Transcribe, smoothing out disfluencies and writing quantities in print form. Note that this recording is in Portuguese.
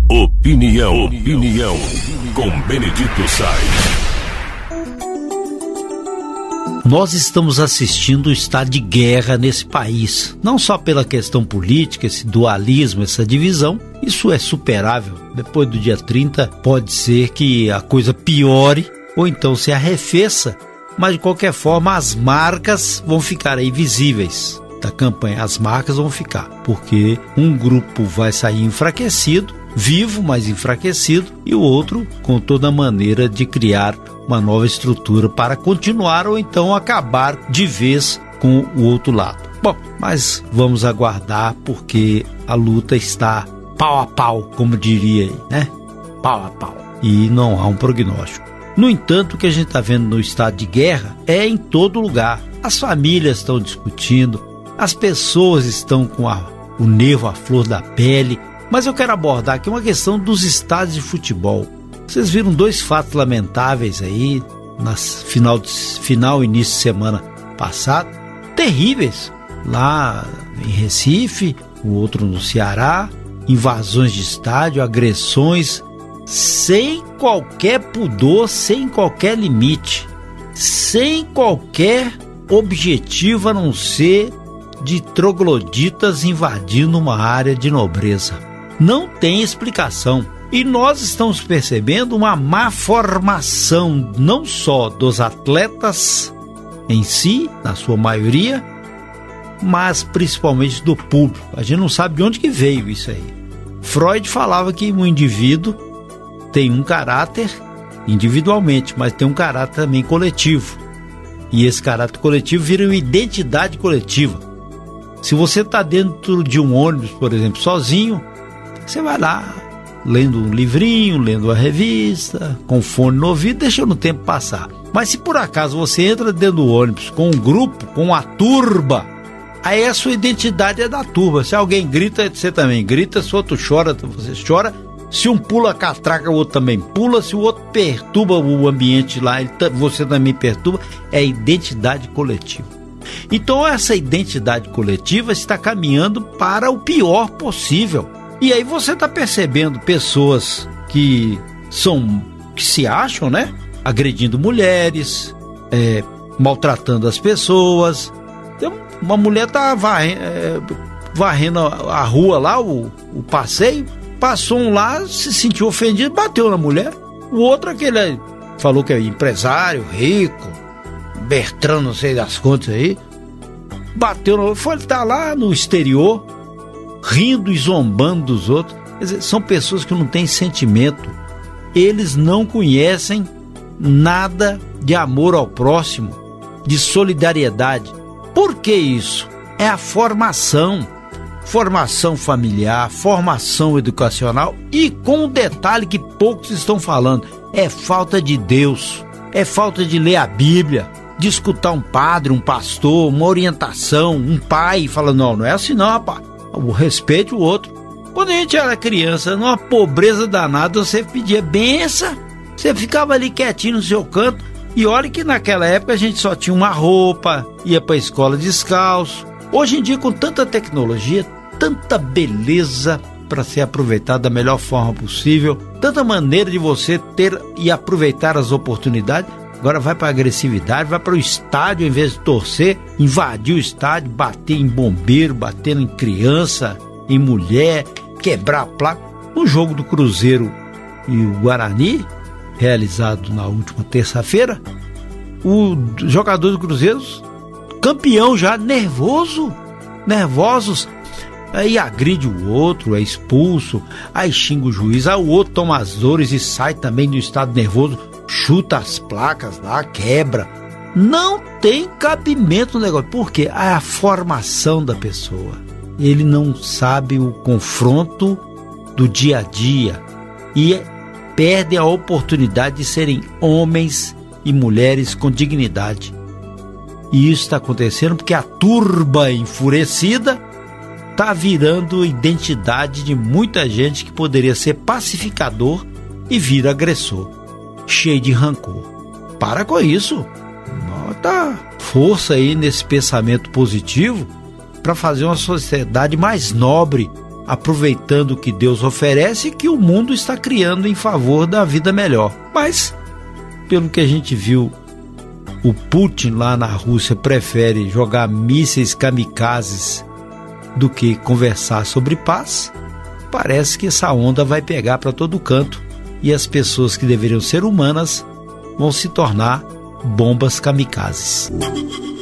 Opinião com Benedito Sainz. Nós estamos assistindo o estado de guerra nesse país, não só pela questão política, esse dualismo, essa divisão. Isso é superável. Depois do dia 30 pode ser que a coisa piore ou então se arrefeça, mas de qualquer forma as marcas vão ficar aí visíveis da campanha. As marcas vão ficar, porque um grupo vai sair enfraquecido, vivo, mas enfraquecido, e o outro com toda a maneira de criar uma nova estrutura para continuar ou então acabar de vez com o outro lado. Bom, mas vamos aguardar, porque a luta está pau a pau, como diria aí, né? Pau a pau. E não há um prognóstico. No entanto, o que a gente está vendo no estado de guerra é em todo lugar. As famílias estão discutindo, as pessoas estão com o nervo à flor da pele. Mas eu quero abordar aqui uma questão dos estádios de futebol. Vocês viram dois fatos lamentáveis aí, final e início de semana passado, terríveis, lá em Recife, o outro no Ceará, invasões de estádio, agressões, sem qualquer pudor, sem qualquer limite, sem qualquer objetivo a não ser de trogloditas invadindo uma área de nobreza. Não tem explicação. E nós estamos percebendo uma má formação, não só dos atletas em si, na sua maioria, mas principalmente do público. A gente não sabe de onde que veio isso aí. Freud falava que um indivíduo tem um caráter individualmente, mas tem um caráter também coletivo. E esse caráter coletivo vira uma identidade coletiva. Se você está dentro de um ônibus, por exemplo, sozinho, você vai lá, lendo um livrinho, lendo uma revista, com fone no ouvido, deixando o tempo passar. Mas se por acaso você entra dentro do ônibus com um grupo, com a turba, aí a sua identidade é da turba. Se alguém grita, você também grita. Se o outro chora, você chora. Se um pula a catraca, o outro também pula. Se o outro perturba o ambiente lá, você também perturba. É a identidade coletiva. Então essa identidade coletiva está caminhando para o pior possível. E aí você está percebendo pessoas que se acham, né? Agredindo mulheres, maltratando as pessoas. Uma mulher está varrendo a rua lá, o passeio, passou um lá, se sentiu ofendido, bateu na mulher. O outro, aquele falou que é empresário, rico, Bertrand, não sei das contas aí, bateu, foi estar lá no exterior, rindo e zombando dos outros. Quer dizer, são pessoas que não têm sentimento, eles não conhecem nada de amor ao próximo, de solidariedade. Por que isso? É a formação familiar, formação educacional, e com um detalhe que poucos estão falando, é falta de Deus, é falta de ler a Bíblia, de escutar um padre, um pastor, uma orientação, um pai falando, não é assim não, rapaz. O respeito o outro. Quando a gente era criança, numa pobreza danada, você pedia benção, você ficava ali quietinho no seu canto. E olha que naquela época a gente só tinha uma roupa, ia para a escola descalço. Hoje em dia, com tanta tecnologia, tanta beleza para ser aproveitada da melhor forma possível, tanta maneira de você ter e aproveitar as oportunidades. Agora vai para a agressividade, vai para o estádio, em vez de torcer, invadir o estádio, bater em bombeiro, bater em criança, em mulher, quebrar a placa. No jogo do Cruzeiro e o Guarani, realizado na última terça-feira, o jogador do Cruzeiro, campeão já, nervosos, aí agride o outro, é expulso, aí xinga o juiz, aí o outro toma as dores e sai também do estado nervoso, chuta as placas lá, quebra. Não tem cabimento no negócio. Por quê? É a formação da pessoa. Ele não sabe o confronto do dia a dia e perde a oportunidade de serem homens e mulheres com dignidade. E isso está acontecendo porque a turba enfurecida está virando identidade de muita gente que poderia ser pacificador e vira agressor, cheio de rancor. Para com isso. Bota força aí nesse pensamento positivo para fazer uma sociedade mais nobre, aproveitando o que Deus oferece e que o mundo está criando em favor da vida melhor. Mas, pelo que a gente viu, o Putin lá na Rússia prefere jogar mísseis kamikazes do que conversar sobre paz. Parece que essa onda vai pegar para todo canto e as pessoas que deveriam ser humanas vão se tornar bombas kamikazes.